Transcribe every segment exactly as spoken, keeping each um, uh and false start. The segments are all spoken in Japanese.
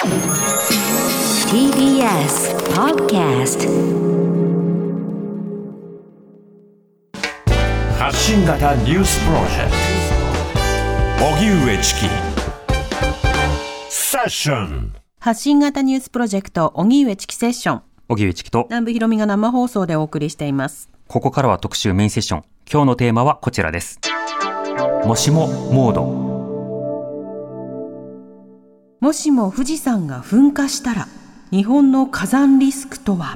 ティービーエス Podcast 発信型ニュースプロジェクト荻上チキセッション。 発信型ニュースプロジェクト荻上チキセッション。 荻上チキと南部ひろみが生放送でお送りしています。 ここからは特集メインセッション。今日のテーマはこちらです。もしもモード。 もしも富士山が噴火したら日本の火山リスクとは。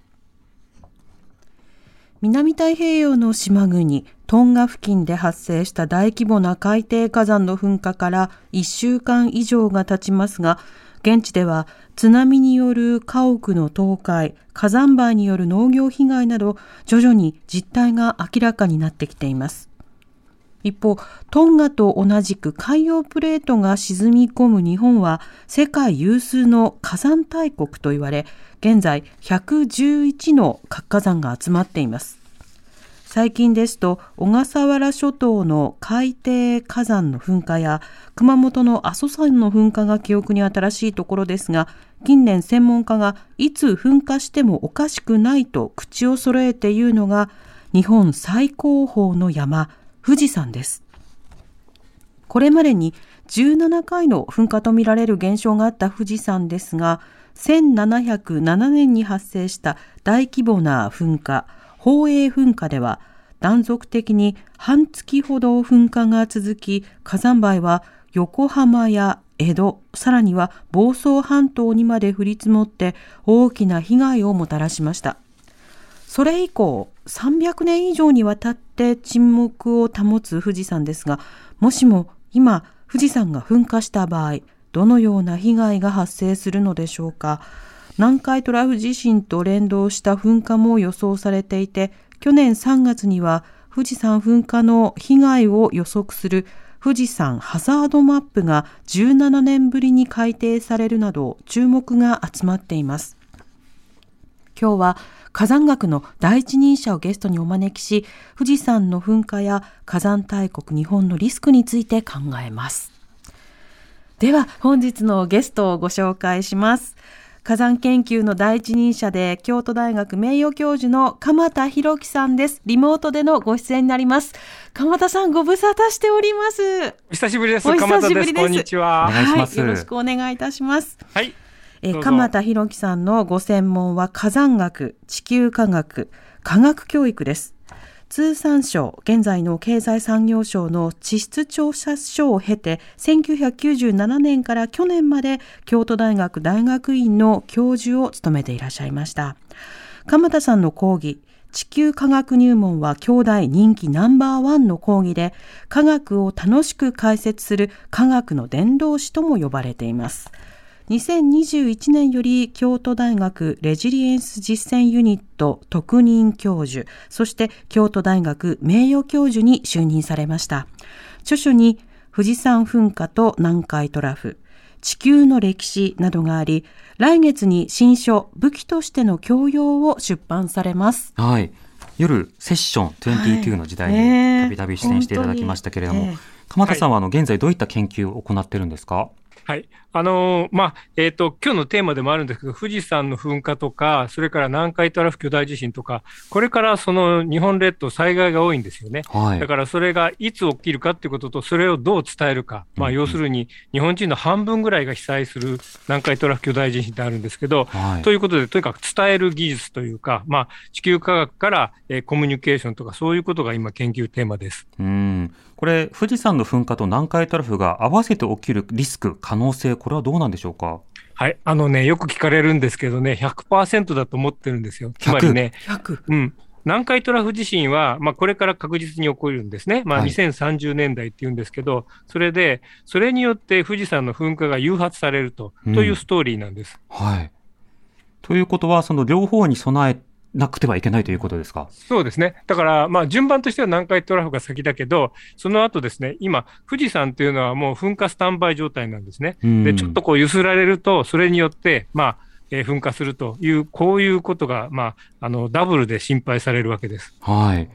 南太平洋の島国トンガ付近で発生した大規模な海底火山の噴火からいっしゅうかん以上が経ちますが、現地では津波による家屋の倒壊、火山灰による農業被害など徐々に実態が明らかになってきています。一方、トンガと同じく海洋プレートが沈み込む日本は世界有数の火山大国と言われ、現在ひゃくじゅういちの活火山が集まっています。最近ですと小笠原諸島の海底火山の噴火や熊本の阿蘇山の噴火が記憶に新しいところですが、近年専門家がいつ噴火してもおかしくないと口を揃えて言うのが日本最高峰の山富士山です。これまでにじゅうななかいの噴火とみられる現象があった富士山ですが、せんななひゃくななねんに発生した大規模な噴火宝永噴火では断続的に半月ほど噴火が続き、火山灰は横浜や江戸、さらには房総半島にまで降り積もって大きな被害をもたらしました。それ以降さんびゃくねん以上にわたって沈黙を保つ富士山ですが、もしも今富士山が噴火した場合、どのような被害が発生するのでしょうか。南海トラフ地震と連動した噴火も予想されていて、去年さんがつには富士山噴火の被害を予測する富士山ハザードマップがじゅうななねんぶりに改定されるなど注目が集まっています。今日は火山学の第一人者をゲストにお招きし、富士山の噴火や火山大国日本のリスクについて考えます。では本日のゲストをご紹介します。火山研究の第一人者で京都大学名誉教授の鎌田博樹さんです。リモートでのご出演になります。鎌田さん、ご無沙汰しております。 お久しぶりです。 お久しぶりです。 鎌田です。こんにちは。 お願いします。 はい、よろしくお願いいたします。 はい。 え鎌田博樹さんのご専門は火山学、地球科学、科学教育です。通産省、現在の経済産業省の地質調査所を経て、せんきゅうひゃくきゅうじゅうななねんから去年まで京都大学大学院の教授を務めていらっしゃいました。鎌田さんの講義、地球科学入門は京大人気ナンバーワンの講義で、科学を楽しく解説する科学の伝道師とも呼ばれています。にせんにじゅういちねんより京都大学レジリエンス実践ユニット特任教授、そして京都大学名誉教授に就任されました。著書に富士山噴火と南海トラフ、地球の歴史などがあり、来月に新書武器としての教養を出版されます。 はい、夜セッションにじゅうにの時代にたびたび出演していただきましたけれども、はい、鎌田さんはあの現在どういった研究を行っているんですか？ はい。あのー、まあ、えっと、今日のテーマでもあるんですけど、富士山の噴火とか、それから南海トラフ巨大地震とか、これからその日本列島災害が多いんですよね。はい、だからそれがいつ起きるかっていうことと、それをどう伝えるか。まあ、要するに、日本人の半分ぐらいが被災する南海トラフ巨大地震ってあるんですけど、はい、ということで、とにかく伝える技術というか、まあ、地球科学から、えー、コミュニケーションとか、そういうことが今研究テーマです。 うん。これ、富士山の噴火と南海トラフが合わせて起きるリスク、可能性、これはどうなんでしょうか？ はい。あのね、よく聞かれるんですけどね、ひゃくパーセント だと思ってるんですよ。つまりね、 ひゃく、 うん。南海トラフ地震は、まあ、これから確実に起こるんですね。まあ、にせんさんじゅうねんだいって言うんですけど、はい、それで、それによって富士山の噴火が誘発されると、うん、というストーリーなんです。 はい。ということは、その両方に備えなくてはいけないということですか？ そうですね。だから、まあ、順番としては南海トラフが先だけど、その後ですね、今、富士山というのはもう噴火スタンバイ状態なんですね。で、ちょっとこう揺すられると、それによって、まあ、えー、噴火するという、こういうことが、まあ、あの、ダブルで心配されるわけです。 はい。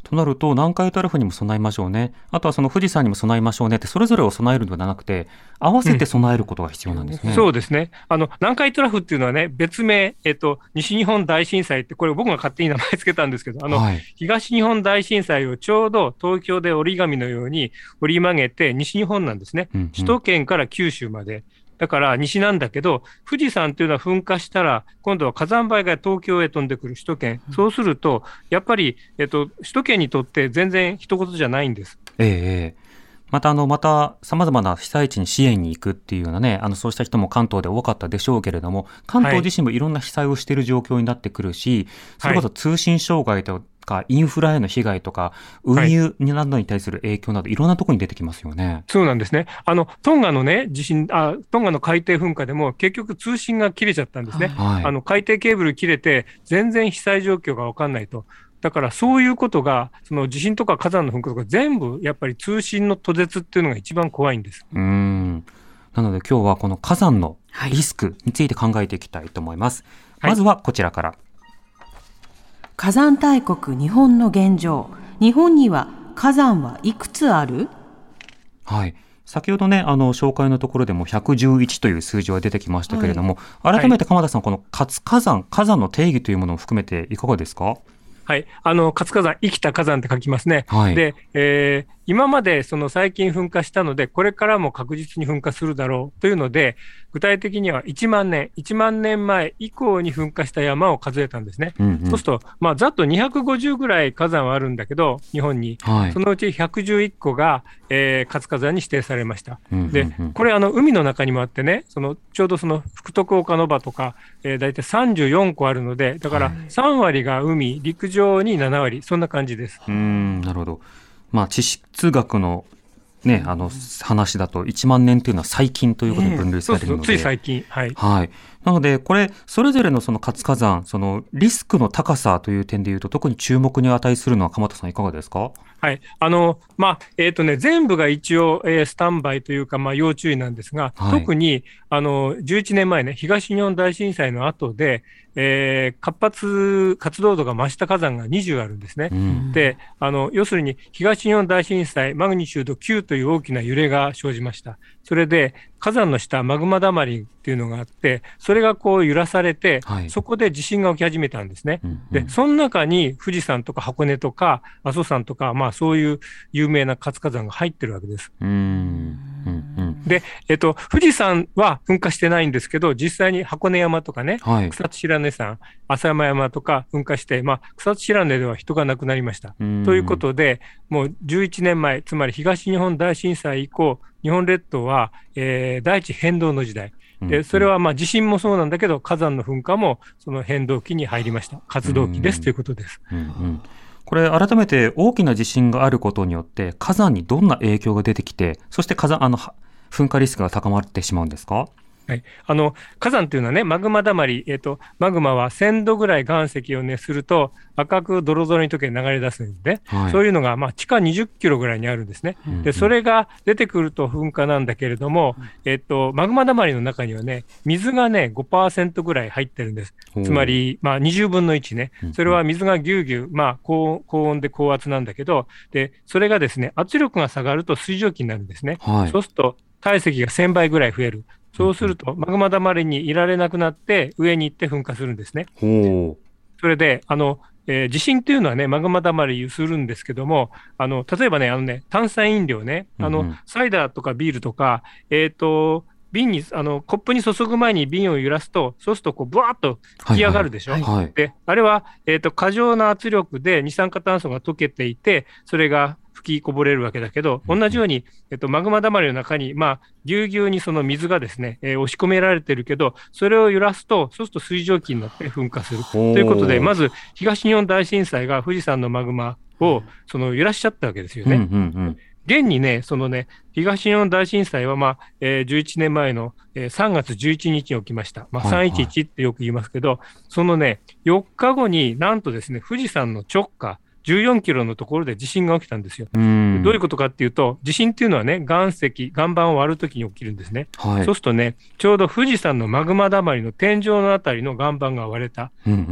となると南海トラフにも備えましょうね、あとはその富士山にも備えましょうねってそれぞれを備えるのではなくて合わせて備えることが必要なんですね。 うん、そうですね。あの南海トラフっていうのはね別名、えっと、西日本大震災ってこれ僕が勝手に名前つけたんですけどあの、はい、東日本大震災をちょうど東京で折り紙のように折り曲げて西日本なんですね、うんうん、首都圏から九州までだから西なんだけど富士山というのは噴火したら今度は火山灰が東京へ飛んでくる首都圏、そうするとやっぱり、えっと、首都圏にとって全然一言じゃないんです。 ええ、またあのまた様々な被災地に支援に行くっていうようなねあのそうした人も関東で多かったでしょうけれども関東自身もいろんな被災をしている状況になってくるし、はい、それこそ通信障害とかインフラへの被害とか運輸などに対する影響などいろんなところに出てきますよね。 そうなんですね。あのトンガのね地震あトンガの海底噴火でも結局通信が切れちゃったんですね、はい、あの海底ケーブル切れて全然被災状況が分かんないと。だからそういうことがその地震とか火山の噴火とか全部やっぱり通信の途絶っていうのが一番怖いんです。 うーんなので今日はこの火山のリスクについて考えていきたいと思います、はい、まずはこちらから。 火山大国日本の現状。日本には火山はいくつある？ はい。先ほどね、あの、紹介のところでもひゃくじゅういちという数字が出てきましたけれども、はい、改めて鎌田さん、この活火山、火山の定義というものを含めていかがですか？ はい。あの、活火山、生きた火山って書きますね。はい、で、えー、今までその最近噴火したので、これからも確実に噴火するだろうというので、具体的にはいちまんねん、いちまんねんまえ以降に噴火した山を数えたんですね。うんうん、そうすると、まあ、ざっとにひゃくごじゅうぐらい火山はあるんだけど、日本に。はい、そのうちひゃくじゅういっこが、えー、活火山に指定されました。うんうんうん、で、これ、あの、海の中にもあってね、その、ちょうどその、福徳岡ノ場とか、えー、大体さんじゅうよんこあるので、だからさんわりが海、陸上にななわり、そんな感じです。 うーん、なるほど。まあ、地質学のね、あの話だといちまんねんというのは最近ということに分類されるので、えー、 そうそうつい最近、はいはい、なのでこれそれぞれのその活火山そのリスクの高さという点でいうと特に注目に値するのは鎌田さんいかがですか？ はい、あのまあえーとね、全部が一応、えー、スタンバイというか、まあ、要注意なんですが、はい、特にあのじゅういちねんまえね東日本大震災の後で、えー、活発活動度が増した火山がにじゅうあるんですね、うん、であの要するに東日本大震災マグニチュードきゅうという大きな揺れが生じました。それで火山の下マグマだまりっていうのがあってそれがこう揺らされて、はい、そこで地震が起き始めたんですね、うんうん、でその中に富士山とか箱根とか阿蘇山とか、まあ、そういう有名な活火山が入ってるわけです。 うーん、うんうん、 で、えっと、富士山は噴火してないんですけど実際に箱根山とかね、はい、草津白根山浅間山とか噴火して、まあ、草津白根では人が亡くなりました。ということでもうじゅういちねんまえつまり東日本大震災以降日本列島は、えー、大地変動の時代でそれはまあ地震もそうなんだけど火山の噴火もその変動期に入りました活動期ですということです、うんうん、 これ改めて大きな地震があることによって火山にどんな影響が出てきてそして火山あの噴火リスクが高まってしまうんですか？ はい、あの火山というのはねマグマだまり、えーと、マグマはせんどぐらい岩石を熱すると赤くドロドロに溶け流れ出すんで、はい、そういうのがまあ地下にじゅっキロぐらいにあるんですね、うんうん、でそれが出てくると噴火なんだけれども、えーと、マグマだまりの中にはね水がね ごパーセント ぐらい入ってるんです。つまり、まあ、にじゅうぶんのいちねそれは水がぎゅうぎゅう、まあ、高, 高温で高圧なんだけどでそれがですね圧力が下がると水蒸気になるんですね、はい、そうすると体積がせんばいぐらい増える。そうするとマグマだまりにいられなくなって上に行って噴火するんですね。ほうそれであの、えー、地震というのはねマグマだまりするんですけどもあの例えばねあのね炭酸飲料ねあの、うんうん、サイダーとかビールとかえっ、ー、と瓶にあのコップに注ぐ前に瓶を揺らすとそうするとこうブワーッと吹き上がるでしょ、はいはい、であれは、えーと、過剰な圧力で二酸化炭素が溶けていてそれが吹きこぼれるわけだけど同じように、えっと、マグマだまりの中に、まあ、ぎゅうぎゅうにその水がですね、えー、押し込められてるけどそれを揺らすとそうすると水蒸気になって噴火するということでまず東日本大震災が富士山のマグマをその揺らしちゃったわけですよね、うんうんうん現にね、そのね、東日本大震災は、まあえー、じゅういちねんまえの、えー、さんがつじゅういちにちに起きました。まあ、さんいちいちってよく言いますけど、はいはい、そのね、よっかごになんとですね、富士山の直下、じゅうよんキロのところで地震が起きたんですよ。どういうことかっていうと、地震っていうのはね、岩石、岩盤を割るときに起きるんですね、はい。そうするとね、ちょうど富士山のマグマだまりの天井のあたりの岩盤が割れた。うんうん、で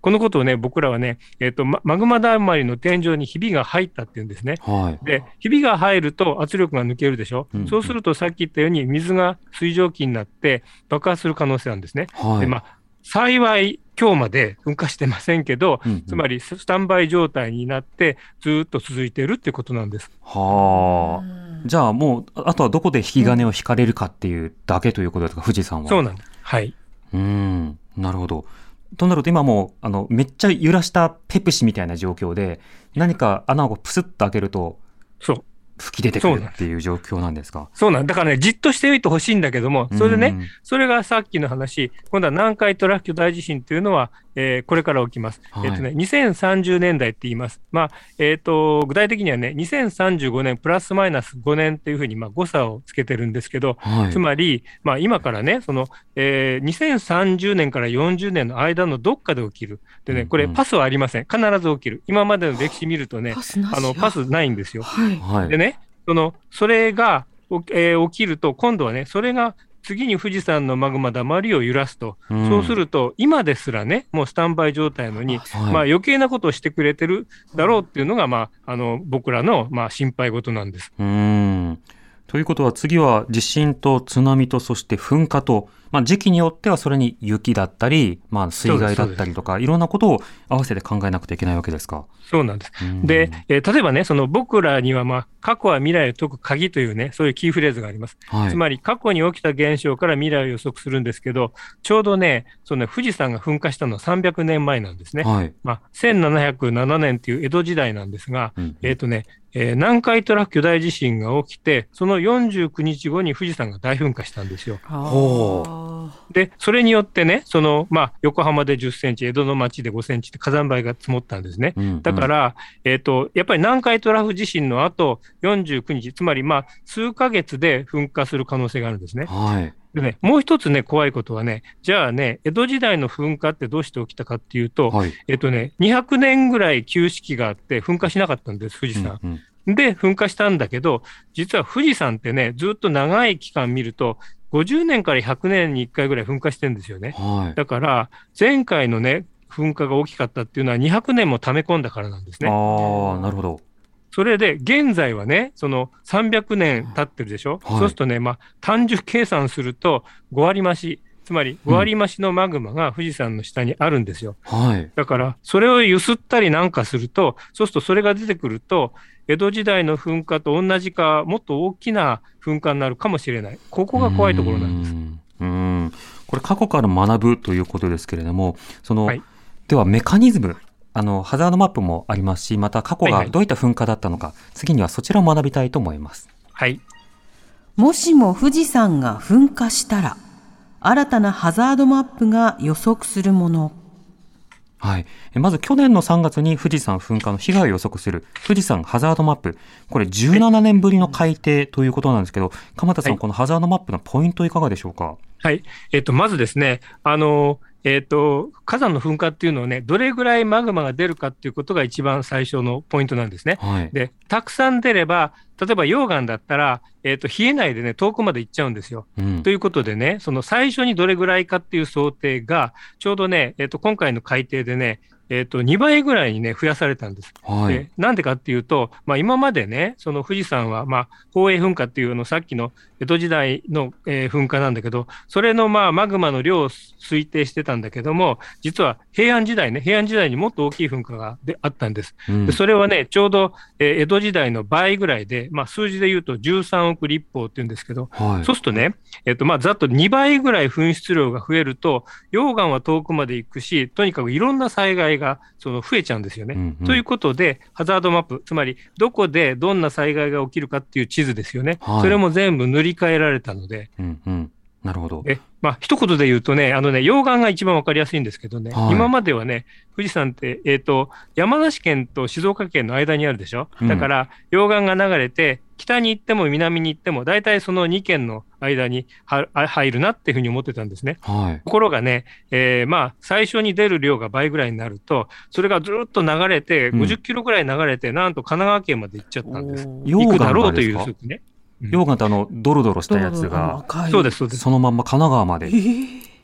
このことをね、僕らはね、えーと、マグマだまりの天井にひびが入ったっていうんですね。 はい、 で、ひびが入ると圧力が抜けるでしょ。うんうん、そうするとさっき言ったように水が水蒸気になって爆発する可能性なんですね。はい、で、まあ、幸い今日まで噴火してませんけど、うんうん、つまりスタンバイ状態になってずっと続いているっていうことなんです。 はあ。じゃあもうあとはどこで引き金を引かれるかっていうだけということですか、富士山は。 そうなんです。はい。 うーん、なるほど。となると今もうあのめっちゃ揺らしたペプシみたいな状況で何か穴をプスッと開けるとそう吹き出てくるっていう状況なんですか。 そうなんだからね、じっとしておいてほしいんだけども、それでね、それがさっきの話、今度は南海トラフ巨大地震というのは、えー、これから起きます。はい、えっとね、にせんさんじゅうねんだいって言います。まあ、えっと、具体的にはね、にせんさんじゅうごねんプラスマイナスごねんというふうに、まあ、誤差をつけてるんですけど、はい、つまり、まあ、今からね、その、えー、にせんさんじゅうねんからよんじゅうねんの間のどっかで起きる。でね、これ、パスはありません。必ず起きる。今までの歴史見るとね、あの、パスないんですよ。はい、でね、その、それが、えー、起きると、今度はね、それが次に富士山のマグマだまりを揺らすと、うん、そうすると、今ですらね、もうスタンバイ状態なのに、はい、まあ余計なことをしてくれてるだろうっていうのが、まあ、あの僕らのまあ心配事なんです。 うーん。ということは、次は地震と津波と、そして噴火と、まあ、時期によってはそれに雪だったり、まあ、水害だったりとか、いろんなことを合わせて考えなくてはいけないわけですか。 そうなんです。で、えー、例えばね、その僕らには、まあ、過去は未来を解く鍵というね、そういうキーフレーズがあります。はい、つまり、過去に起きた現象から未来を予測するんですけど、ちょうどね、その富士山が噴火したのはさんびゃくねんまえなんですね。はい、まあ、せんななひゃくななねんという江戸時代なんですが、うん、えっとね、えー、南海トラフ巨大地震が起きて、そのよんじゅうくにちごに富士山が大噴火したんですよ。で、それによってね、その、まあ、横浜でじゅっセンチ、江戸の町でごセンチって火山灰が積もったんですね。うんうん、だから、えっと、やっぱり南海トラフ地震の後、よんじゅうくにち、つまり、まあ、数ヶ月で噴火する可能性があるんですね。はい。でね、もう一つね、怖いことはね、じゃあね、江戸時代の噴火ってどうして起きたかっていうと、はい、えっとね、にひゃくねんぐらい休止期があって噴火しなかったんです、富士山。うんうん、で、噴火したんだけど、実は富士山ってね、ずっと長い期間見ると、ごじゅうねんからひゃくねんにいっかいぐらい噴火してるんですよね。はい、だから、前回のね、噴火が大きかったっていうのはにひゃくねんも溜め込んだからなんですね。 ああ、なるほど。 それで、現在はね、そのさんびゃくねん経ってるでしょ、はい、そうするとね、まあ、単純計算するとごわり増し、つまりごわり増しのマグマが富士山の下にあるんですよ。うん、はい、だから、それをゆすったりなんかすると、そうするとそれが出てくると、江戸時代の噴火と同じか、もっと大きな噴火になるかもしれない。ここが怖いところなんです。 うーん、うーん、これ過去から学ぶということですけれども、その、はい、ではメカニズム、あのハザードマップもありますし、また過去がどういった噴火だったのか、はいはい、次にはそちらを学びたいと思います。 はい。 もしも富士山が噴火したら、新たなハザードマップが予測するもの。 はい、まず去年のさんがつに富士山噴火の被害を予測する富士山ハザードマップ、これじゅうななねんぶりの改定ということなんですけど、鎌田さん、はい、このハザードマップのポイントいかがでしょうか。 はい、えっと、まずですね、あのえーと、火山の噴火っていうのをね、どれぐらいマグマが出るかっていうことが一番最初のポイントなんですね。はい、で、たくさん出れば、例えば溶岩だったら、えーと、冷えないでね、遠くまで行っちゃうんですよ。うん、ということでね、その最初にどれぐらいかっていう想定が、ちょうどね、えーと、今回の改定でね、えーと、にばいぐらいにね、増やされたんです。はい、で、なんでかっていうと、まあ、今までね、その富士山は、まあ、宝永噴火っていうの、さっきの江戸時代の、えー、噴火なんだけど、それのまあマグマの量を推定してたんだけども、実は平安時代ね、平安時代にもっと大きい噴火がであったんです。うん、でそれはね、ちょうど、えー、江戸時代の倍ぐらいで、まあ、数字で言うとじゅうさんおく立方っていうんですけど、はい、そうするとね、えーとまあ、ざっとにばいぐらい噴出量が増えると、溶岩は遠くまで行くし、とにかくいろんな災害がその増えちゃうんですよね。うんうん、ということで、ハザードマップ、つまりどこでどんな災害が起きるかっていう地図ですよね。はい、それも全部塗り替えられたので。 うんうん、なるほど。 え、まあ、一言で言うとね、あのね、溶岩が一番わかりやすいんですけどね、はい、今まではね、富士山って、えっと、山梨県と静岡県の間にあるでしょ。だから、溶岩が流れて、北に行っても南に行っても、大体そのに県の間に入るなっていうふうに思ってたんですね。はい、ところがね、えー、まあ、最初に出る量が倍ぐらいになると、それがずっと流れて、ごじゅっキロぐらい流れて、うん、なんと神奈川県まで行っちゃったんです。行くだろうという数ね。 溶岩ってあのドロドロしたやつが、 そうですそうです。 そのまんま神奈川まで。えー、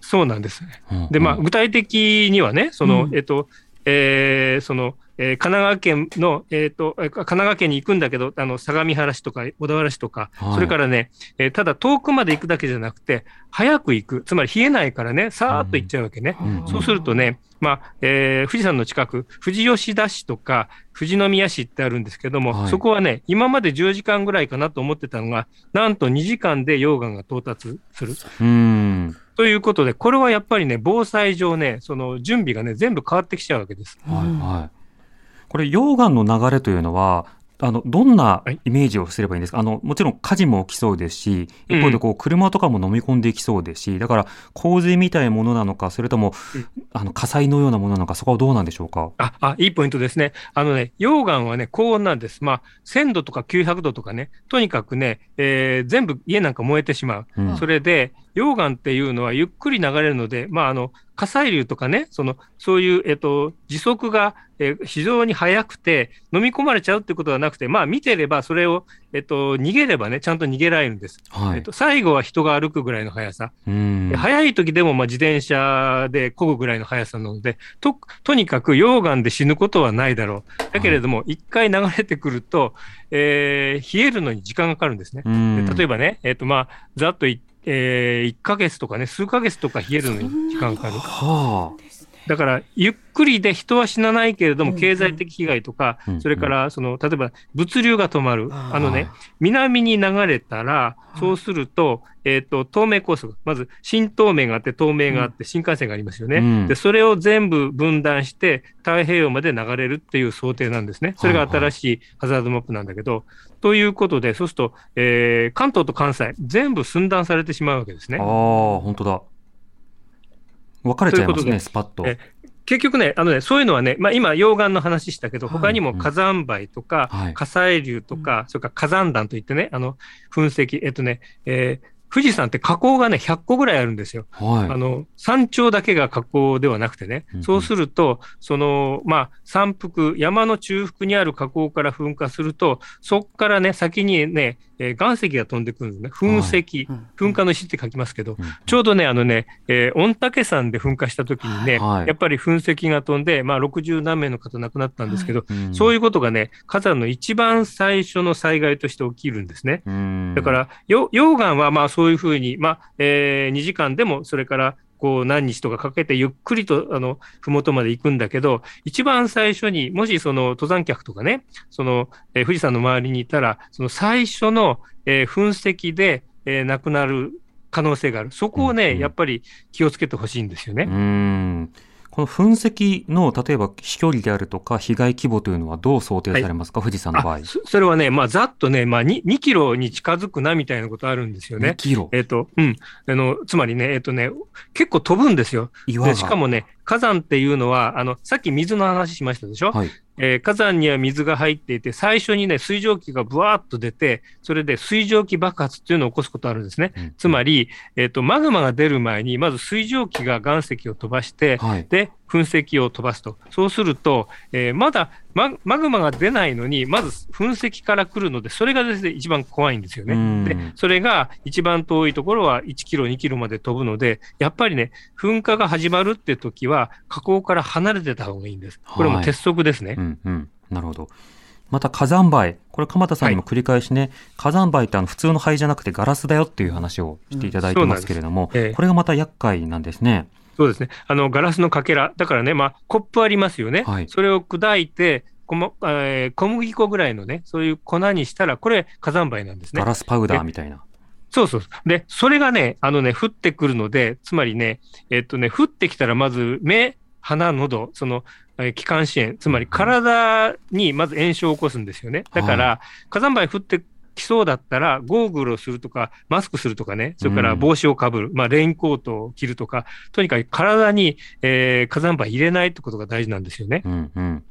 そうなんですね。 うんうん、 で、まあ、具体的にはね、その、 うん、 えっと、えー、その、えー、神奈川県の、えっと、神奈川県に行くんだけど、あの、相模原市とか小田原市とか、はい、それからね、えー、ただ遠くまで行くだけじゃなくて、早く行く。つまり冷えないからね、さーっと行っちゃうわけね。うん、そうするとね、まあ、えー、富士山の近く、富士吉田市とか、富士宮市ってあるんですけども、はい、そこはね、今までじゅうじかんぐらいかなと思ってたのが、なんとにじかんで溶岩が到達する。 うんということで、これはやっぱりね、防災上ね、その準備がね、全部変わってきちゃうわけです。 はいはい。これ、溶岩の流れというのは、あのどんなイメージをすればいいんですか。はい、あのもちろん火事も起きそうですし、一方でこう車とかも飲み込んでいきそうですし、うん、だから洪水みたいなものなのか、それとも、うん、あの火災のようなものなのか、そこはどうなんでしょうか。 ああ、いいポイントですね。あのね、溶岩はね、高温なんです。まあ、せんどとかきゅうひゃくどとかね、とにかくね、えー、全部家なんか燃えてしまう。うん、それで、溶岩っていうのはゆっくり流れるので、まあ、あの火砕流とかね、そのそういう、えっと、時速が、えー、非常に速くて、飲み込まれちゃうってことはなくて、まあ、見てれば、それを、えっと、逃げればね、ちゃんと逃げられるんです。はい、えっと、最後は人が歩くぐらいの速さ。うん速い時でも、まあ、自転車で漕ぐぐらいの速さなので、と、とにかく溶岩で死ぬことはないだろう。だけれども、一、はい、回流れてくると、えー、冷えるのに時間がかかるんですね。で例えばね、えっと、まあ、ざっと言って、えー、いっかげつとかね、数ヶ月とか冷えるのに時間かかる。はあ、だから、ゆっくりで人は死なないけれども、経済的被害とか、うんうん、それから、その、例えば、物流が止まる。うん、あのね、南に流れたら、そうすると、えっと、東名高速。まず、新東名があって、東名があって、新幹線がありますよね。うん、で、それを全部分断して、太平洋まで流れるっていう想定なんですね。それが新しいハザードマップなんだけど、はいはい、ということで、そうすると、えー、関東と関西、全部寸断されてしまうわけですね。 ああ、本当だ。分かれちゃいますね、スパッと。 結局ね、あのね、そういうのはね、まあ、今、溶岩の話したけど、他にも火山灰とか、はい、火砕流とか、はい、それから火山弾といってね、あの、噴石、えっとね、えー、富士山って火口がね、ひゃっこぐらいあるんですよ。はい、あの、山頂だけが火口ではなくてね、うんうん、そうすると、その、まあ、山腹、山の中腹にある火口から噴火すると、そこからね、先にね、えー、岩石が飛んでくるんですね。噴石、はい、噴火の石って書きますけど、うんうん、ちょうどね、あのね、えー、御嶽山で噴火した時にね、はい、やっぱり噴石が飛んで、まあ、ろくじゅうなんめいの方亡くなったんですけど、はい、そういうことがね、火山の一番最初の災害として起きるんですね。だから、溶岩はまあ、そういうふうに、まあ、えー、にじかんでも、それから、こう何日とかかけてゆっくりとあの麓まで行くんだけど、一番最初にもしその登山客とかね、その、えー、富士山の周りにいたら、その最初の、えー、噴石で、えー、亡くなる可能性がある。そこをね、うんうん、やっぱり気をつけてほしいんですよね。 うーんこの噴石の例えば飛距離であるとか被害規模というのはどう想定されますか、はい、富士山の場合。 そ, それはね、まあ、ざっとね、まあ2、にキロに近づくなみたいなことあるんですよね。 にキロえっ、ー、と、うん。あの、つまりね、えっ、ー、とね、結構飛ぶんですよ。でしかもね、火山っていうのは、あの、さっき水の話しましたでしょ。はい。えー、火山には水が入っていて、最初にね、水蒸気がブワーッと出て、それで水蒸気爆発っていうのを起こすことあるんですね。うん、つまり、えっ、ー、と、マグマが出る前に、まず水蒸気が岩石を飛ばして、はい、で、噴石を飛ばすと。そうすると、えー、まだマ、マグマが出ないのに、まず噴石から来るので、それがですね、一番怖いんですよね。で、それが一番遠いところはいちキロ、にキロまで飛ぶので、やっぱりね、噴火が始まるって時は、火口から離れてた方がいいんです。これも鉄則ですね。 はい、うんうん。なるほど。また火山灰、これ鎌田さんにも繰り返しね、はい、火山灰ってあの普通の灰じゃなくてガラスだよっていう話をしていただいてますけれども、うんええ、これがまた厄介なんですね。 そうですね。あのガラスのかけらだからね、まあコップありますよね。はい、それを砕いてこも、えー、小麦粉ぐらいのね、そういう粉にしたらこれ火山灰なんですね。 ガラスパウダーみたいな。 そうそう。で、それがね、あのね、降ってくるので、つまりね、えっとね、降ってきたらまず目、鼻、喉、その気管支炎、つまり体にまず炎症を起こすんですよね。だから、はい、火山灰降ってきそうだったら、ゴーグルをするとか、マスクするとかね、それから帽子をかぶる、うん、まあ、レインコートを着るとか、とにかく体に、えー、火山灰入れないってことが大事なんですよね。うんうん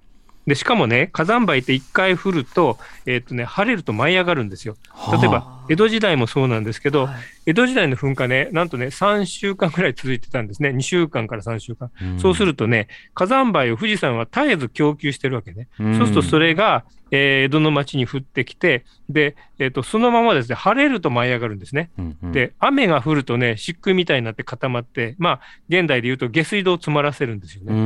でしかもね、火山灰っていっかい降ると、えーとね、晴れると舞い上がるんですよ。例えば江戸時代もそうなんですけど、はい、江戸時代の噴火ね、なんとね、さんしゅうかんぐらい続いてたんですね。にしゅうかんからさんしゅうかん。うん、そうするとね、火山灰を富士山は絶えず供給してるわけね。うん、そうするとそれが、えー、江戸の町に降ってきて、で、えーと、そのままですね、晴れると舞い上がるんですね。うんうん、で、雨が降るとね、漆喰みたいになって固まって、まあ、現代で言うと下水道を詰まらせるんですよね。うん、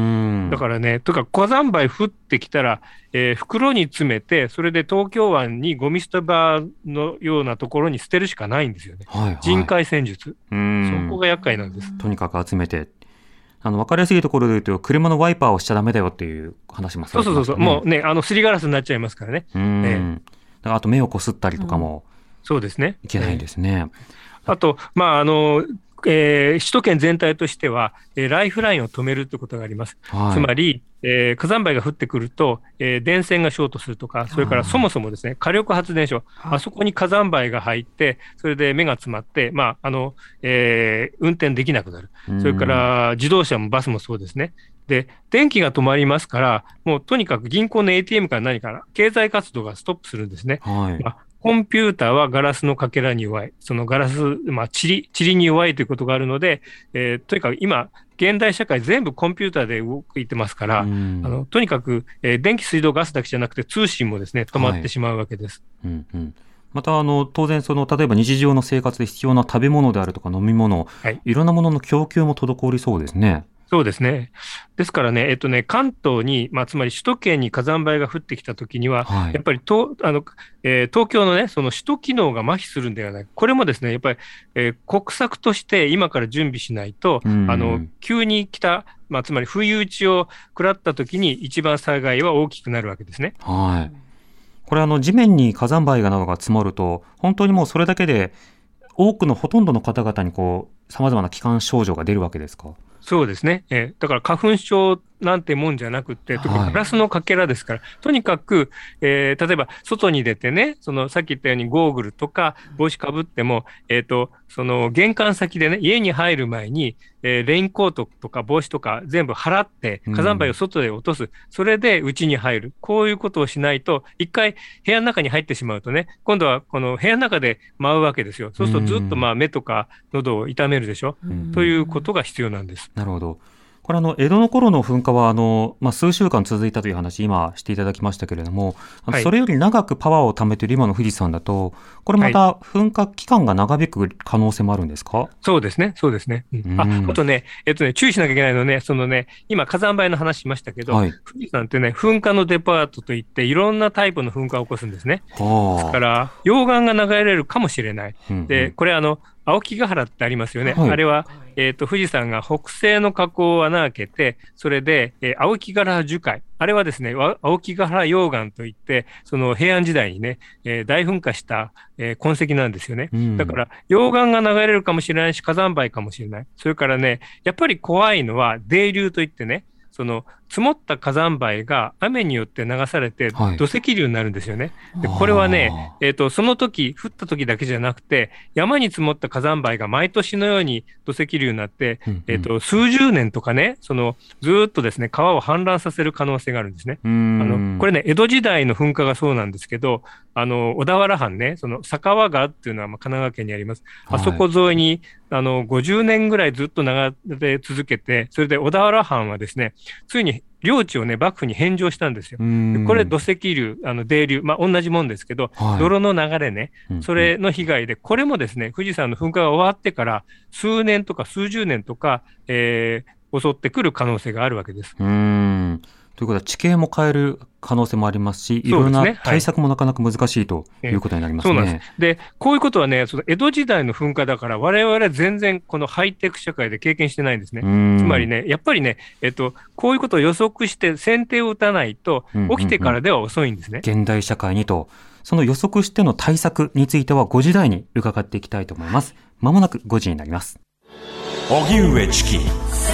だからね、とか火山灰降ってきたら、えー、袋に詰めて、それで東京湾にゴミ捨て場のようなところに捨てるしかないんですよね。はいはい、人海戦術。そこが厄介なんです。 とにかく集めて。あの分かりやすいところで言うと、車のワイパーをしちゃダメだよっていう話もされてましたね。そうそうそう、もうね、あのすりガラスになっちゃいますからね。うん、えー、だからあと目をこすったりとかも、うん、そうですね。いけないんですね。 えー、あと、まああのえー、首都圏全体としては、えー、ライフラインを止めるということがあります。はい、つまり、えー、火山灰が降ってくると、えー、電線がショートするとか、それからそもそもですね、火力発電所、あそこに火山灰が入って、それで目が詰まって、まああのえー、運転できなくなる。それから自動車もバスもそうですね。で、電気が止まりますから、もうとにかく銀行の エーティーエム から何から経済活動がストップするんですね。はい、まあコンピューターはガラスのかけらに弱い。そのガラス、まあ、塵、塵に弱いということがあるので、えー、とにかく今、現代社会全部コンピューターで動いてますから、あのとにかく、えー、電気、水道、ガスだけじゃなくて通信もですね、止まってしまうわけです。 はい、うんうん、またあの当然その、例えば日常の生活で必要な食べ物であるとか飲み物、はい、いろんなものの供給も滞りそうですね。 そうですね。ですからね、えっとね、関東に、まあ、つまり首都圏に火山灰が降ってきたときには、はい、やっぱりとあの、えー、東京のね、その首都機能が麻痺するんではないか。これもですね、やっぱり、えー、国策として今から準備しないと、あの急に来た、まあ、つまり不意打ちを食らったときに、一番災害は大きくなるわけですね。 はい。これあの、地面に火山灰などが積もると、本当にもうそれだけで、多くのほとんどの方々にこう、さまざまな気管症状が出るわけですか？ そうですね、えー、だから花粉症なんてもんじゃなくて、特にガラスのかけらですから、はい、とにかく、えー、例えば外に出てね、そのさっき言ったようにゴーグルとか帽子かぶっても、えーと、その玄関先でね、家に入る前に、えー、レインコートとか帽子とか全部払って、火山灰を外で落とす、うん、それで家に入る、こういうことをしないと、一回部屋の中に入ってしまうとね、今度はこの部屋の中で舞うわけですよ。そうするとずっとまあ目とか喉を痛めるでしょ、うん、ということが必要なんです。 なるほど。これあの江戸の頃の噴火はあの、まあ、数週間続いたという話今していただきましたけれども、はい、それより長くパワーを貯めている今の富士山だと、これまた噴火期間が長引く可能性もあるんですか？はい、 そうですね、そうですね。うん、あ、あとね、えっとね、注意しなきゃいけないのはね、そのね、今火山灰の話しましたけど、はい、富士山ってね、噴火のデパートといっていろんなタイプの噴火を起こすんですね。ですから溶岩が流れるかもしれない。うんうん、で、これあの青木ヶ原ってありますよね。はい、あれは、えーと、富士山が北西の火口を穴開けて、それで、えー、青木ヶ原樹海。あれはですね、青木ヶ原溶岩といって、その平安時代にね、えー、大噴火した、えー、痕跡なんですよね。うん、だから、溶岩が流れるかもしれないし、火山灰かもしれない。それからね、やっぱり怖いのは、泥流といってね、その積もった火山灰が雨によって流されて土石流になるんですよね。はい、でこれはね、えーと、その時降った時だけじゃなくて、山に積もった火山灰が毎年のように土石流になって、うんうん、えーと、数十年とかね、そのずっとですね川を氾濫させる可能性があるんですね。あのこれね、江戸時代の噴火がそうなんですけど、あの小田原藩ね、その酒川川っていうのはまあ神奈川県にあります。あそこ沿いに、はい、あのごじゅうねんぐらいずっと流れ続けて、それで小田原藩はですね、ついに領地をね、幕府に返上したんですよ。でこれ土石流、あの泥流、まあ同じもんですけど、はい、泥の流れね、それの被害で、これもですね、富士山の噴火が終わってから数年とか数十年とか、えー、襲ってくる可能性があるわけです。 うーんということは地形も変える可能性もありますし、いろんな対策もなかなか難しいということになりますね。 そうなんです。で、こういうことはね、その江戸時代の噴火だから、我々は全然このハイテク社会で経験してないんですね。つまりね、やっぱりね、えっと、こういうことを予測して先手を打たないと、起きてからでは遅いんですね。 うんうんうん、現代社会にと、その予測しての対策についてはごじ台に伺っていきたいと思います。まもなくごじになります。 荻上チキ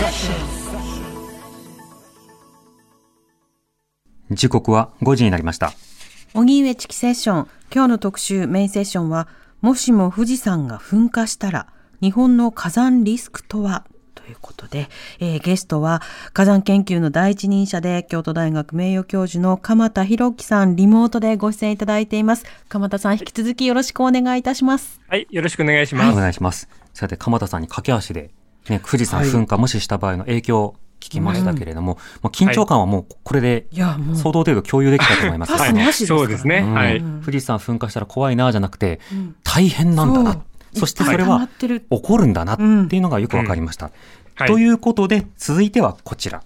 時刻はごじになりました。 荻上チキセッション。今日の特集メインセッションは、もしも富士山が噴火したら日本の火山リスクとはということで、えー、ゲストは火山研究の第一人者で京都大学名誉教授の鎌田博樹さん、リモートでご出演いただいています。鎌田さん、引き続きよろしくお願いいたします。 はい、よろしくお願いします。 はい、お願いします。さて、鎌田さんに駆け足で、ね、富士山噴火もしした場合の影響を聞きましたけれども、はい、まあ、緊張感はもうこれで相当程度共有できたと思います。 パスなしですからね。 そうですね、はい、 富士山噴火したら怖いなじゃなくて、うん、大変なんだな、そ, そしてそれは起こるんだなっていうのがよく分かりました、うんうん、ということで続いてはこちら。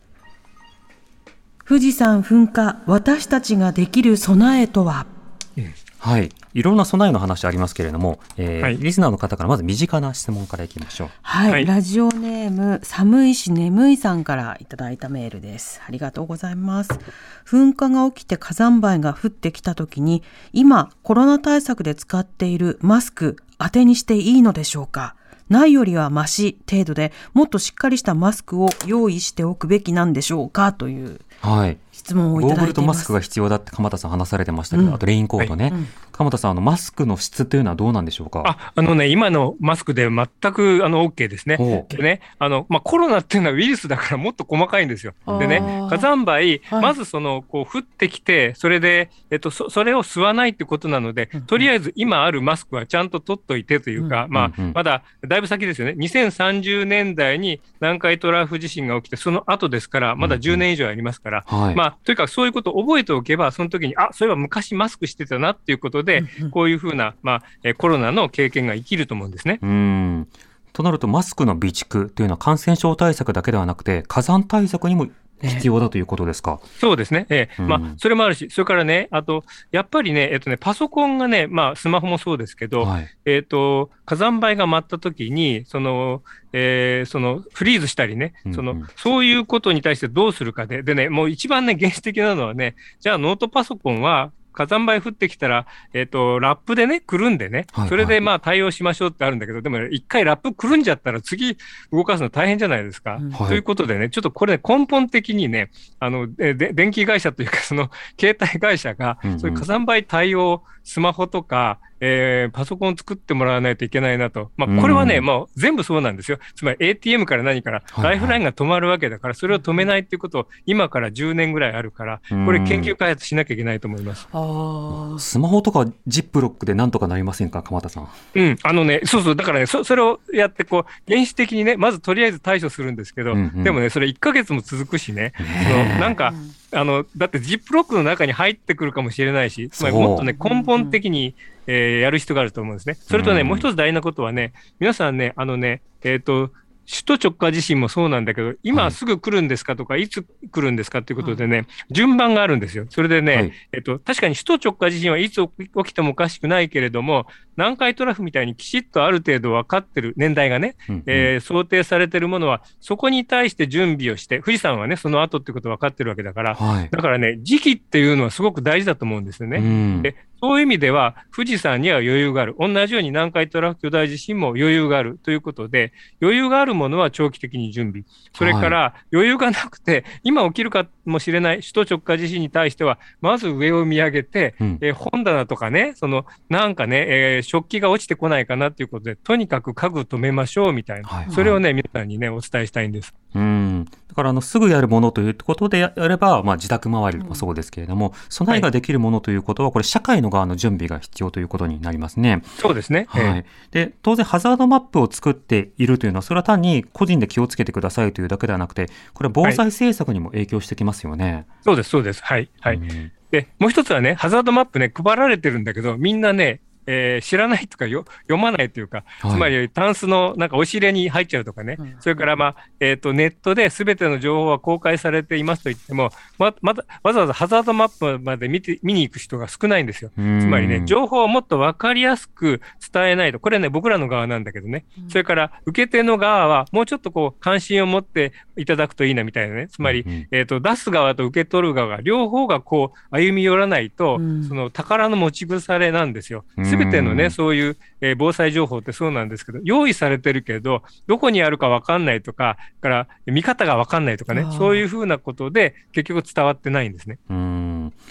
富士山噴火、私たちができる備えとは。 うん、はい、いろんな備えの話ありますけれども、えーはい、リスナーの方からまず身近な質問からいきましょう。 はい、はい、ラジオネーム寒いし眠いさんからいただいたメールです。ありがとうございます。噴火が起きて火山灰が降ってきたときに、今コロナ対策で使っているマスク当てにしていいのでしょうか。ないよりはマシ程度で、もっとしっかりしたマスクを用意しておくべきなんでしょうか、という質問をいただいています。ゴーグルとマスクが必要だって鎌田さん話されてましたけど、うん、あとレインコートね、はい、うん、鎌田さん、あのマスクの質というのはどうなんでしょうか。 あ、あのね、今のマスクで全くあの OK ですね。でね、あのまあ、コロナっていうのはウイルスだからもっと細かいんですよ。でね、火山灰、はい、まずそのこう降ってきて、それで、えっと、そ, それを吸わないってことなので、とりあえず今あるマスクはちゃんと取っといてというか、うん、まあ、まだだいぶ先ですよね。にせんさんじゅうねんだいに南海トラフ地震が起きて、その後ですから、まだじゅうねん以上ありますから、うんうん、まあ、とにかくそういうことを覚えておけば、その時に、あ、そういえば昔マスクしてたなっていうことで、うんうん、こういうふうな、まあ、コロナの経験が生きると思うんですね。 うーん、となると、マスクの備蓄というのは感染症対策だけではなくて、火山対策にも必要だということですか。 そうですね。ええ、うん、まあ、それもあるし、それからね、あと、やっぱりね、えっとね、パソコンがね、まあ、スマホもそうですけど、はい、えっと、火山灰が舞った時に、その、えー、その、フリーズしたりね、うんうん、その、そういうことに対してどうするかで、でね、もう一番ね、原始的なのはね、じゃあノートパソコンは、火山灰降ってきたら、えっと、ラップでね、くるんでね、はいはい、それでまあ対応しましょうってあるんだけど、でも一回ラップくるんじゃったら次動かすの大変じゃないですか。うん、ということでね、ちょっとこれね、根本的にね、あの、で、電気会社というか、その、携帯会社が、そういう火山灰対応、スマホとか、えー、パソコンを作ってもらわないといけないなと。まあ、これはね、もう全部そうなんですよ。つまり エーティーエム から何からライフラインが止まるわけだから、それを止めないっていうことを今からじゅうねんぐらいあるから、これ研究開発しなきゃいけないと思います。 あ、スマホとかジップロックでなんとかなりませんか、鎌田さん。 うん、あのね、そうそう、だからね、そ, それをやってこう、原始的にね、まずとりあえず対処するんですけど、うんうん、でもね、それいっかげつも続くしね、そのなんか、あの、だってジップロックの中に入ってくるかもしれないし、つまりもっとね、根本的に、えー、やる必要があると思うんですね。それとね、もう一つ大事なことはね、皆さんね、あのね、えっと、首都直下地震もそうなんだけど、今すぐ来るんですかとか、はい、いつ来るんですかということでね、はい、順番があるんですよ。それでね、はい、えっと、確かに首都直下地震はいつ起きてもおかしくないけれども、南海トラフみたいにきちっとある程度分かってる年代がね、うんうん、えー、想定されてるものは、そこに対して準備をして、富士山はね、その後ってこと分かってるわけだから、はい、だからね、時期っていうのはすごく大事だと思うんですよね。うん、でそういう意味では、富士山には余裕がある。同じように南海トラフ巨大地震も余裕があるということで、余裕があるものは長期的に準備。それから余裕がなくて、今起きるかもしれない首都直下地震に対しては、まず上を見上げて、うん、えー、本棚とかね、そのなんかね、えー、食器が落ちてこないかなということで、とにかく家具止めましょうみたいな、はいはい、それをね、皆さんにね、お伝えしたいんです。 うん、だからあのすぐやるものということでやれば、まあ、自宅周りもそうですけれども、うん、備えができるものということは、これ社会の側の準備が必要ということになりますね。 そうですね、 はい、えー、で当然ハザードマップを作っているというのは、それは単に個人で気をつけてくださいというだけではなくて、これは防災政策にも影響してきますよね。はい、 そうですそうです、はい、はい、うん、でもう一つはね、ハザードマップね、配られてるんだけど、みんなね、えー、知らないとかよ読まないというか、はい、つまりタンスのなんか押し入れに入っちゃうとかね、うん、それから、まあえー、とネットで全ての情報は公開されていますと言っても、ままたわざわざハザードマップまで見て見に行く人が少ないんですよ。つまりね、情報をもっと分かりやすく伝えないと、これね、僕らの側なんだけどね、うん、それから受け手の側はもうちょっとこう関心を持っていただくといいなみたいなね、つまり、うんえー、と出す側と受け取る側が両方がこう歩み寄らないと、うん、その宝の持ち腐れなんですよ。すべてのね、そういう、えー、防災情報ってそうなんですけど、用意されてるけどどこにあるか分かんないとか、から見方が分かんないとかね、そういうふうなことで結局伝わってないんですね。 うーん、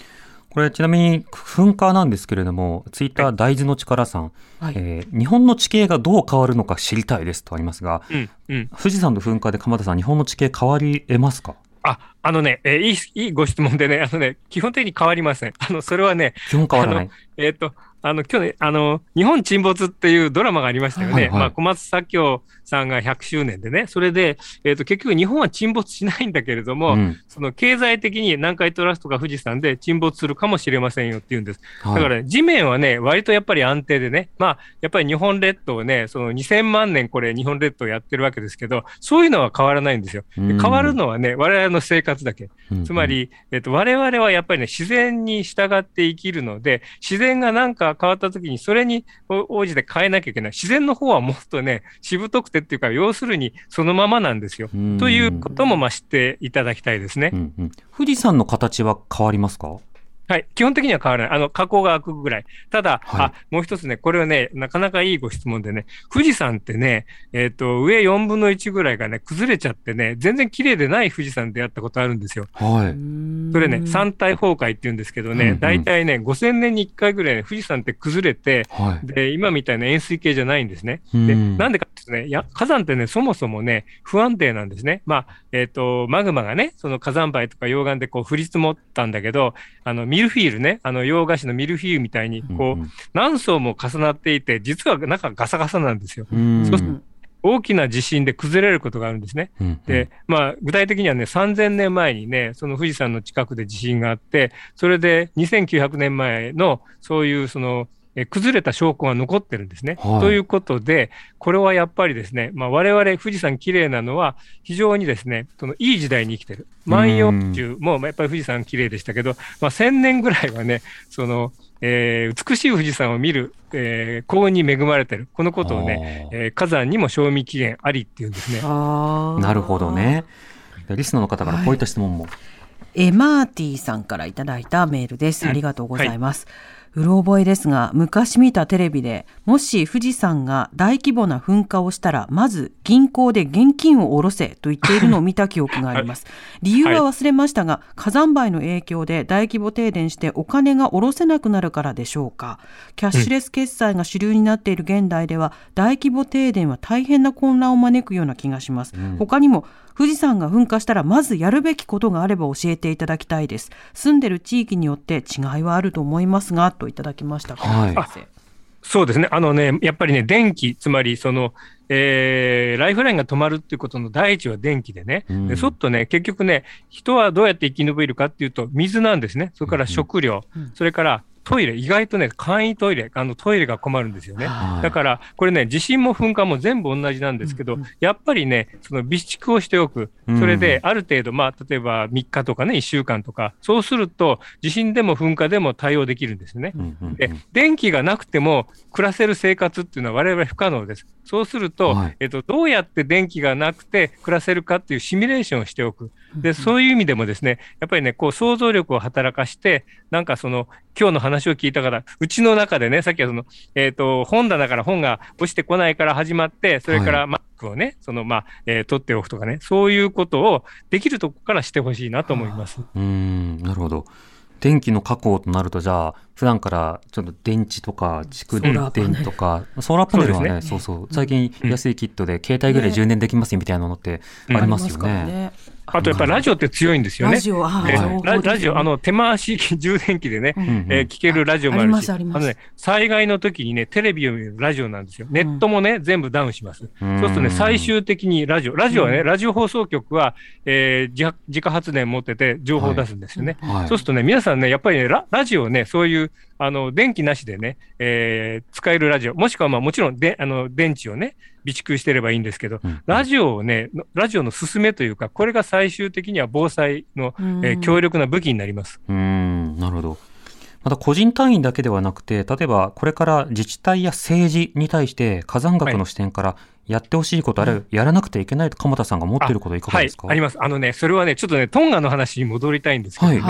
これちなみに噴火なんですけれども、ツイッター大豆の力さん、はい、えー、日本の地形がどう変わるのか知りたいですとありますが、うんうん、富士山の噴火で鎌田さん、日本の地形変わり得ますか？ あ、あのね、えー、いい、いいご質問でね、あのね、基本的に変わりません。あの、それはね、 基本変わらない。 えっと、あの、去年、あの、日本沈没っていうドラマがありましたよね。はいはい、まあ、小松左京さんがひゃくしゅうねんでね。それで、えっと、結局日本は沈没しないんだけれども、うん、その経済的に南海トラフとか富士山で沈没するかもしれませんよって言うんです。だから、ね、地面はね、割とやっぱり安定でね、まあ、やっぱり日本列島ね、そのにせんまんねんこれ日本列島やってるわけですけど、そういうのは変わらないんですよ。変わるのはね、我々の生活だけ。つまり、えっと、我々はやっぱりね、自然に従って生きるので、自然がなんか変わった時にそれに応じて変えなきゃいけない。自然の方はもっとね、しぶとくてっていうか、要するにそのままなんですよ。ということもまあ知っていただきたいですね。 うんうん、富士山の形は変わりますか？ はい。基本的には変わらない。あの、火口が開くぐらい。ただ、はい、あ、もう一つね、これはね、なかなかいいご質問でね、富士山ってね、えっ、ー、と、上よんぶんのいちぐらいがね、崩れちゃってね、全然綺麗でない富士山でやったことあるんですよ。 はい。 それね、山体崩壊って言うんですけどね、だいたいね、ごせんねんにいっかいぐらい、ね、富士山って崩れて、はい、で、今みたいな円錐形じゃないんですね。で、なんでかっていうとね、や火山ってね、そもそもね、不安定なんですね。まあ、えっ、ー、と、マグマがね、その火山灰とか溶岩でこう降り積もったんだけど、あの、ミルフィーユね、あの、洋菓子のミルフィーユみたいに、こう、何層も重なっていて、実は中ガサガサなんですよ。そうすると大きな地震で崩れることがあるんですね。で、まあ、具体的にはね、さんぜんねんまえにね、その富士山の近くで地震があって、それでにせんきゅうひゃくねんまえの、そういうその、え崩れた証拠が残ってるんですね。はい、ということで、これはやっぱりですね、まあ、我々富士山綺麗なのは非常にですね、そのいい時代に生きてる。万葉集もやっぱり富士山綺麗でしたけど、まあ、せんねんぐらいはね、その、えー、美しい富士山を見る、えー、幸運に恵まれてる。このことをね、えー、火山にも賞味期限ありっていうんですね。 なるほどね。リスナーの方からこういった質問も。はい、 エマーティさんからいただいたメールです。ありがとうございます。うんはい、うろ覚えですが、昔見たテレビで、もし富士山が大規模な噴火をしたら、まず銀行で現金を下ろせと言っているのを見た記憶があります。理由は忘れましたが、火山灰の影響で大規模停電してお金が下ろせなくなるからでしょうか。キャッシュレス決済が主流になっている現代では、大規模停電は大変な混乱を招くような気がします。うん、他にも、富士山が噴火したらまずやるべきことがあれば教えていただきたいです。住んでる地域によって違いはあると思いますが、といただきました。はい、 あそうですね。あのね、やっぱりね、電気、つまりその、えー、ライフラインが止まるっていうことの第一は電気でね、うん、でそっとね、結局ね、人はどうやって生き延びるかっていうと、水なんですね。それから食料、うん、それからトイレ、意外とね、簡易トイレ、あのトイレが困るんですよね。だから、これね、地震も噴火も全部同じなんですけど、うんうん、やっぱりね、その備蓄をしておく。それで、ある程度、まあ、例えばみっかとかね、いっしゅうかんとか、そうすると、地震でも噴火でも対応できるんですね。うんうんうん、で、電気がなくても暮らせる生活っていうのは我々不可能です。そうすると、はい、えっと、どうやって電気がなくて暮らせるかっていうシミュレーションをしておく。で、そういう意味でもですね、やっぱりね、こう想像力を働かして、なんかその、今日の話を聞いたから、うちの中でね、さっきはその、えっと、本棚から本が落ちてこないから始まって、それから Mac をね、はい、その、まあ、えー、取っておくとかね、そういうことをできるところからしてほしいなと思います。 うーん、なるほど。電気の確保となると、じゃあ、普段からちょっと電池とか蓄電とか、ソーラーパネルはね、そうそう、最近安いキットで携帯ぐらい充電できますよみたいなのってありますよね。 あとやっぱりラジオって強いんですよね。ラジオ、あ、ラ, ラジオ、あの手回し充電器でね、うん、えー、聞けるラジオもあるし、あ, あ, あのね、災害の時にね、テレビを見るラジオなんですよ。ネットもね、うん、全部ダウンします。うん、そうするとね、最終的にラジオ、ラジオはね、うん、ラジオ放送局は、えー、自, 自家発電持ってて情報を出すんですよね。はいはい、そうするとね、皆さんね、やっぱりね、ラ, ラジオね、そういう、あの、電気なしでね、えー、使えるラジオ、もしくはまあもちろんで、あの、電池をね、備蓄してればいいんですけど、うん、ラジオをね、ラジオの勧めというか、これが最終的には防災の、えー、強力な武器になります。 うーん、なるほど。また個人単位だけではなくて、例えばこれから自治体や政治に対して火山学の視点からやってほしいことある、はい、やらなくてはいけないと鎌田さんが持っていることはいかがですか？ あ、はい、あります。あのね、それはね、ちょっとね、トンガの話に戻りたいんですけどね、はいはい、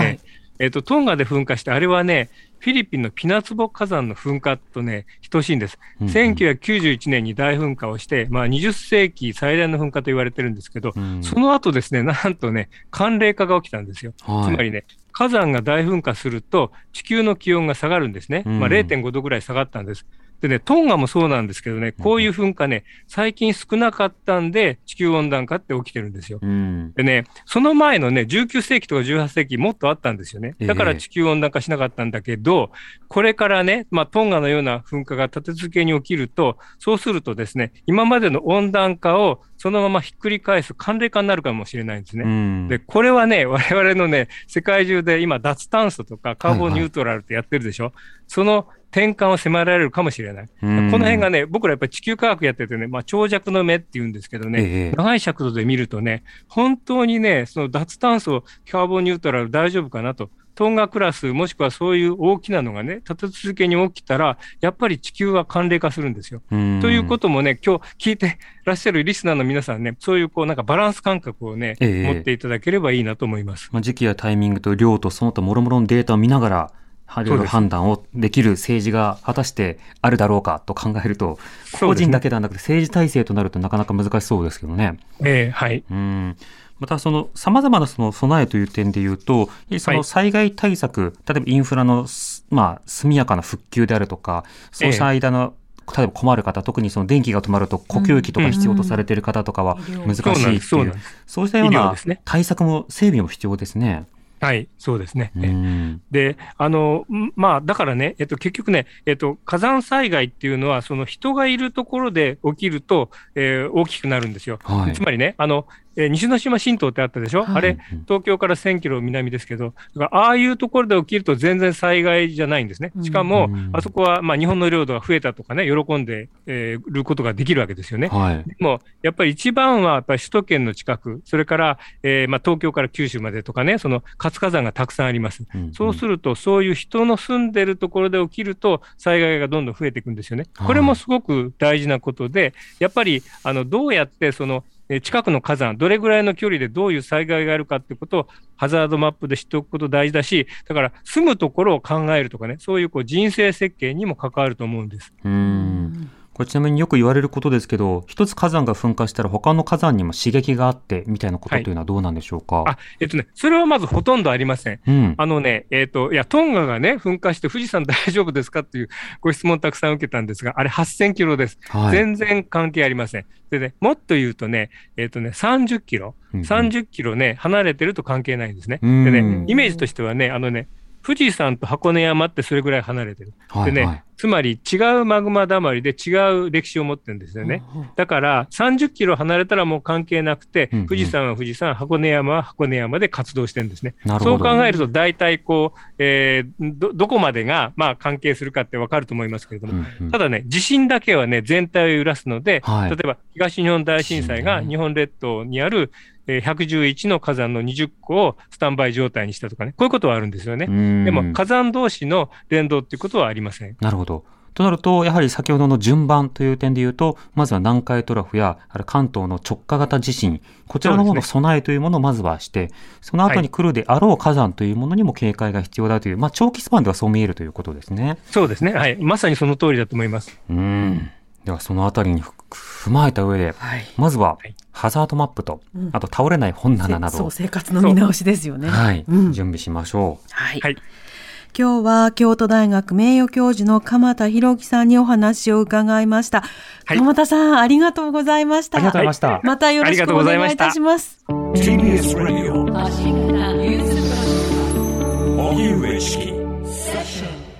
えーと、トンガで噴火して、あれはね、フィリピンのピナツボ火山の噴火とね、等しいんです。うんうん、せんきゅうひゃくきゅうじゅういちねんに大噴火をして、まあ、にじゅっせいき最大の噴火と言われてるんですけど、うん、その後ですね、なんとね、寒冷化が起きたんですよ。はい、つまりね、火山が大噴火すると、地球の気温が下がるんですね。まあ、れいてんごどぐらい下がったんです。でね、トンガもそうなんですけどね、こういう噴火ね、最近少なかったんで、地球温暖化って起きてるんですよ。うん、でね、その前のね、じゅうきゅうせいきとかじゅうはっせいき、もっとあったんですよね。だから地球温暖化しなかったんだけど、えー、これからね、まあ、トンガのような噴火が立て続けに起きると、そうするとですね、今までの温暖化をそのままひっくり返す寒冷化になるかもしれないんですね。うん、で、これはね、我々のね、世界中で今、脱炭素とかカーボンニュートラルってやってるでしょ。はいはい、その転換を迫られるかもしれない。この辺がね、僕らやっぱり地球科学やっててね、まあ、長尺の目って言うんですけどね、ええ、長い尺度で見るとね、本当にね、その脱炭素、カーボンニュートラル大丈夫かなと。トンガクラス、もしくはそういう大きなのがね、立て続けに起きたら、やっぱり地球は寒冷化するんですよ。ということもね、今日聞いてらっしゃるリスナーの皆さんね、そういうこうなんかバランス感覚をね、ええ、持っていただければいいなと思います。 まあ、時期やタイミングと量とその他もろもろのデータを見ながら、判断をできる政治が果たしてあるだろうかと考えると、個人だけではなくて政治体制となるとなかなか難しそうですけどね。 えー、はい。 うん。またその様々なその備えという点で言うと、その災害対策、はい、例えばインフラのまあ速やかな復旧であるとか、そうした間の、えー、例えば困る方、特にその電気が止まると呼吸器とか必要とされている方とかは難しいっていう、そう、そうしたような対策も整備も必要ですね。 はい、そうですね。で、あの、まあ、だからね、えっと、結局ね、えっと、火山災害っていうのは、その人がいるところで起きると、えー、大きくなるんですよ。はい、つまりね、あの、えー、西之島新島ってあったでしょ、はい、あれ、東京からせんキロ南ですけど、だからああいうところで起きると全然災害じゃないんですね。しかも、うん、あそこは、まあ、日本の領土が増えたとかね、喜んで、えー、ることができるわけですよね。はい、でも、やっぱり一番は、やっぱり首都圏の近く、それから、えーまあ、東京から九州までとかね、その活火山がたくさんあります。うんうん、そうすると、そういう人の住んでるところで起きると、災害がどんどん増えていくんですよね。これもすごく大事なことで、やっぱり、あの、どうやって、その、近くの火山、どれぐらいの距離でどういう災害があるかってことをハザードマップで知っておくこと大事だし、だから住むところを考えるとかね、そういうこう人生設計にも関わると思うんです。 うーん、これちなみによく言われることですけど、一つ火山が噴火したら他の火山にも刺激があってみたいなことというのはどうなんでしょうか。はい、 あ、えっとね、それはまずほとんどありません。うん、あのね、えっと、いや、トンガがね、噴火して富士山大丈夫ですかっていうご質問たくさん受けたんですが、あれはっせんキロです。はい、全然関係ありません。でね、もっと言うとね、えっとね、さんじゅっキロ、さんじゅっキロね、離れてると関係ないんですね。でね、イメージとしてはね、あのね、富士山と箱根山ってそれぐらい離れてる。でね、はいはい、つまり違うマグマだまりで違う歴史を持ってるんですよね。だからさんじゅっキロ離れたらもう関係なくて、うんうん、富士山は富士山、箱根山は箱根山で活動してるんですね。そう考えると大体こう、えー、ど, どこまでがまあ関係するかって分かると思いますけれども、うんうん、ただね、地震だけはね、全体を揺らすので、はい、例えば東日本大震災が日本列島にあるひゃくじゅういちの火山のにじゅっこをスタンバイ状態にしたとかね、こういうことはあるんですよね。でも火山同士の連動っていうことはありません。 なるほど。となると、やはり先ほどの順番という点でいうと、まずは南海トラフや関東の直下型地震、こちらの方の備えというものをまずはして、その後に来るであろう火山というものにも警戒が必要だという、まあ、長期スパンではそう見えるということですね。 そうですね。はい。まさにその通りだと思います。 うん。ではそのあたりに踏まえた上で、はい、まずはハザードマップと、うん、あと倒れない本棚など、 そう生活の見直しですよね。 はい、うん、準備しましょう。 はい。はい、今日は京都大学名誉教授の鎌田博樹さんにお話を伺いました。はい、鎌田さん、ありがとうございました。 ありがとうございました。 またよろしくお願いいたします。ティービーエス Radio 荻上チキセッション